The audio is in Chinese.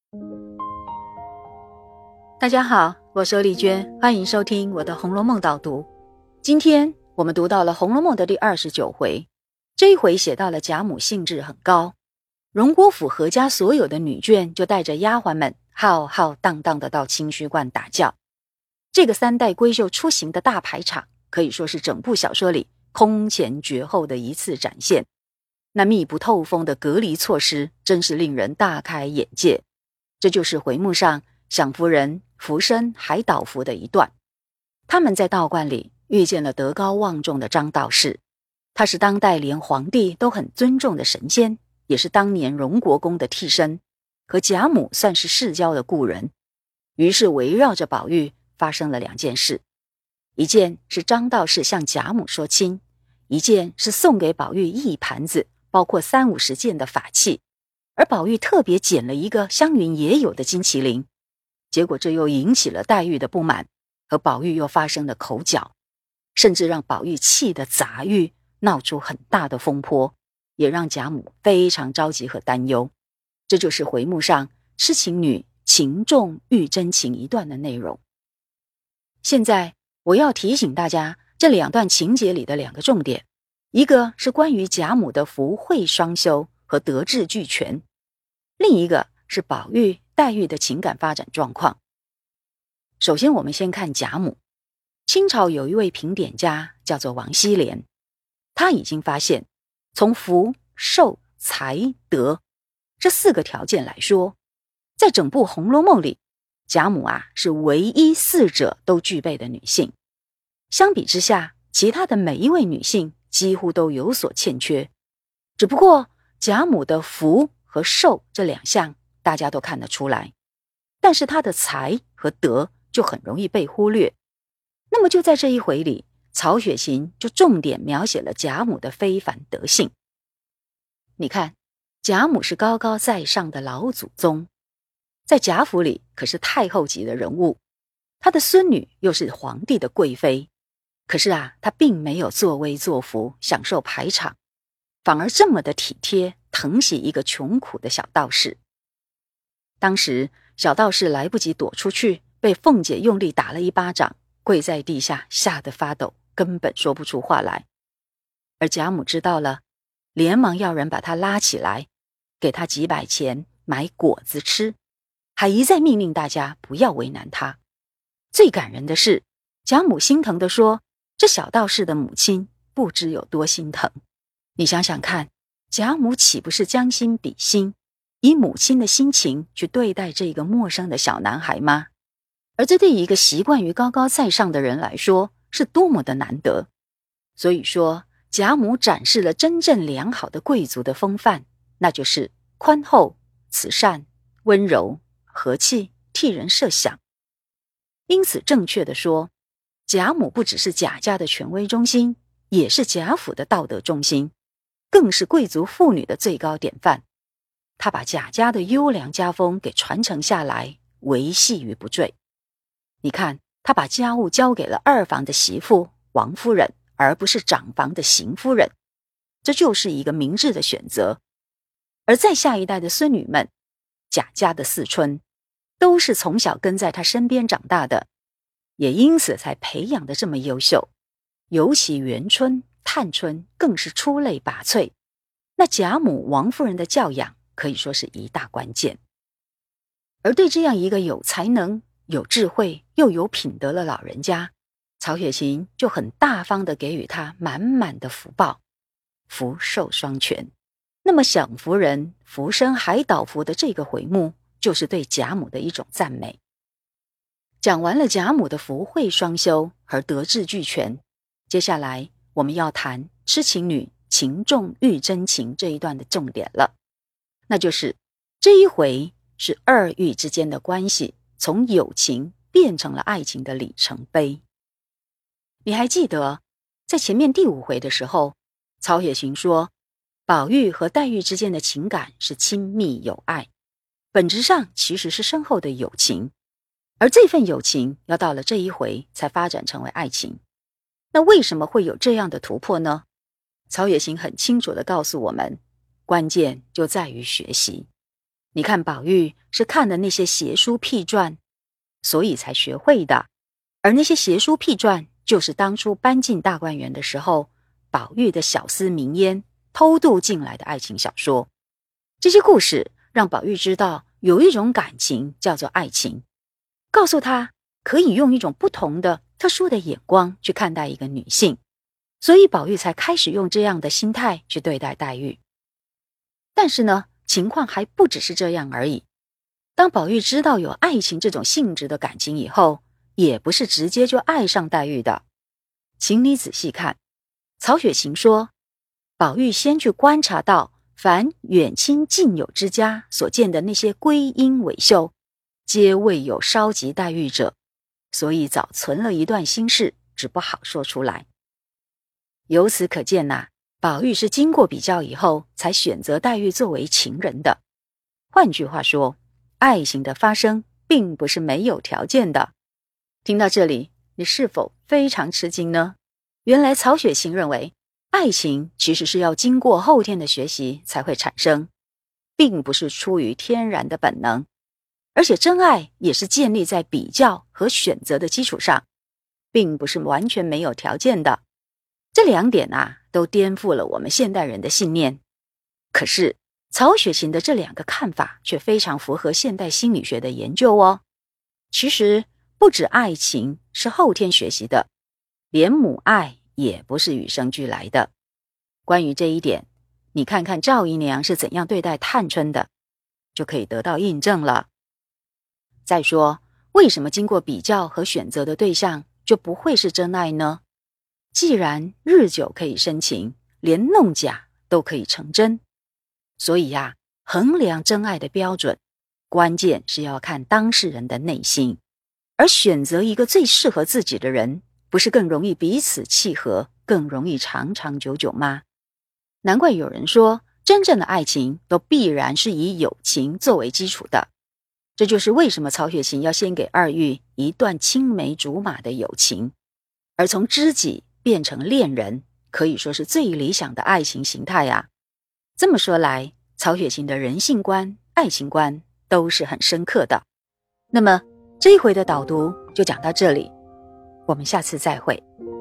大家好，我是丽娟，欢迎收听我的《红楼梦》导读。今天我们读到了《红楼梦》的第29回，这一回写到了贾母兴致很高，荣国府何家所有的女眷就带着丫鬟们浩浩荡荡的到清虚观打醮。这个三代闺秀出行的大排场，可以说是整部小说里空前绝后的一次展现。那密不透风的隔离措施真是令人大开眼界。这就是回目上享夫人、福生、海岛福的一段。他们在道观里遇见了德高望重的张道士，他是当代连皇帝都很尊重的神仙，也是当年荣国公的替身，和贾母算是世交的故人。于是围绕着宝玉发生了两件事，一件是张道士向贾母说亲，一件是送给宝玉一盘子包括30-50件的法器，而宝玉特别捡了一个湘云也有的金麒麟。结果这又引起了黛玉的不满，和宝玉又发生了口角，甚至让宝玉气得砸玉，闹出很大的风波，也让贾母非常着急和担忧。这就是回目上痴情女情重遇真情一段的内容。现在我要提醒大家这两段情节里的两个重点，一个是关于贾母的福慧双修和德智俱全，另一个是宝玉黛玉的情感发展状况。首先我们先看贾母。清朝有一位评点家叫做王希濂，他已经发现从福、寿、财、德这4个条件来说，在整部《红楼梦》里，贾母是唯一4者都具备的女性。相比之下，其他的每一位女性几乎都有所欠缺，只不过贾母的福和寿这2项大家都看得出来，但是她的才和德就很容易被忽略。那么就在这一回里，曹雪芹就重点描写了贾母的非凡德性。你看，贾母是高高在上的老祖宗，在贾府里可是太后级的人物，她的孙女又是皇帝的贵妃，可是她并没有作威作福享受排场，反而这么的体贴疼惜一个穷苦的小道士。当时小道士来不及躲出去，被凤姐用力打了一巴掌，跪在地下吓得发抖，根本说不出话来。而贾母知道了，连忙要人把他拉起来，给他几百钱买果子吃，还一再命令大家不要为难他。最感人的是，贾母心疼地说，这小道士的母亲不知有多心疼。你想想看，贾母岂不是将心比心，以母亲的心情去对待这个陌生的小男孩吗？而这对一个习惯于高高在上的人来说，是多么的难得。所以说，贾母展示了真正良好的贵族的风范，那就是宽厚、慈善、温柔、和气，替人设想。因此正确的说，贾母不只是贾家的权威中心，也是贾府的道德中心，更是贵族妇女的最高典范。她把贾家的优良家风给传承下来，维系于不坠。你看，他把家务交给了2房的媳妇王夫人，而不是长房的邢夫人，这就是一个明智的选择。而在下一代的孙女们，贾家的4春都是从小跟在他身边长大的，也因此才培养得这么优秀。尤其元春、探春更是出类拔萃。那贾母、王夫人的教养可以说是一大关键。而对这样一个有才能、有智慧又有品德的老人家，曹雪芹就很大方地给予他满满的福报，福寿双全。那么享福人、福生、海岛福的这个回目，就是对贾母的一种赞美。讲完了贾母的福慧双修和德智俱全，接下来我们要谈痴情女情重遇真情这一段的重点了，那就是这一回是2遇之间的关系从友情变成了爱情的里程碑。你还记得在前面第5回的时候，曹雪芹说宝玉和黛玉之间的情感是亲密有爱，本质上其实是深厚的友情，而这份友情要到了这一回才发展成为爱情。那为什么会有这样的突破呢？曹雪芹很清楚地告诉我们，关键就在于学习。 你看宝玉是看了那些邪书僻传，所以才学会的，而那些邪书僻传就是当初搬进大观园的时候，宝玉的小厮明烟偷渡进来的爱情小说。这些故事让宝玉知道有一种感情叫做爱情，告诉他可以用一种不同的特殊的眼光去看待一个女性，所以宝玉才开始用这样的心态去对待黛玉。但是呢，情况还不只是这样而已。当宝玉知道有爱情这种性质的感情以后，也不是直接就爱上黛玉的。请你仔细看，曹雪芹说，宝玉先去观察到凡远亲近友之家所见的那些归阴伟秀，皆未有稍及黛玉者，所以早存了一段心事，只不好说出来。由此可见宝玉是经过比较以后才选择黛玉作为情人的。换句话说，爱情的发生并不是没有条件的。听到这里，你是否非常吃惊呢？原来曹雪芹认为爱情其实是要经过后天的学习才会产生，并不是出于天然的本能，而且真爱也是建立在比较和选择的基础上，并不是完全没有条件的。这两点都颠覆了我们现代人的信念。可是曹雪芹的这两个看法却非常符合现代心理学的研究哦。其实不止爱情是后天学习的，连母爱也不是与生俱来的。关于这一点，你看看赵姨娘是怎样对待探春的，就可以得到印证了。再说，为什么经过比较和选择的对象就不会是真爱呢？既然日久可以生情，连弄假都可以成真，所以衡量真爱的标准，关键是要看当事人的内心，而选择一个最适合自己的人，不是更容易彼此契合，更容易长长久久吗？难怪有人说，真正的爱情都必然是以友情作为基础的。这就是为什么曹雪芹要先给二玉一段青梅竹马的友情，而从知己变成恋人，可以说是最理想的爱情形态这么说来，曹雪芹的人性观、爱情观都是很深刻的。那么这一回的导读就讲到这里，我们下次再会。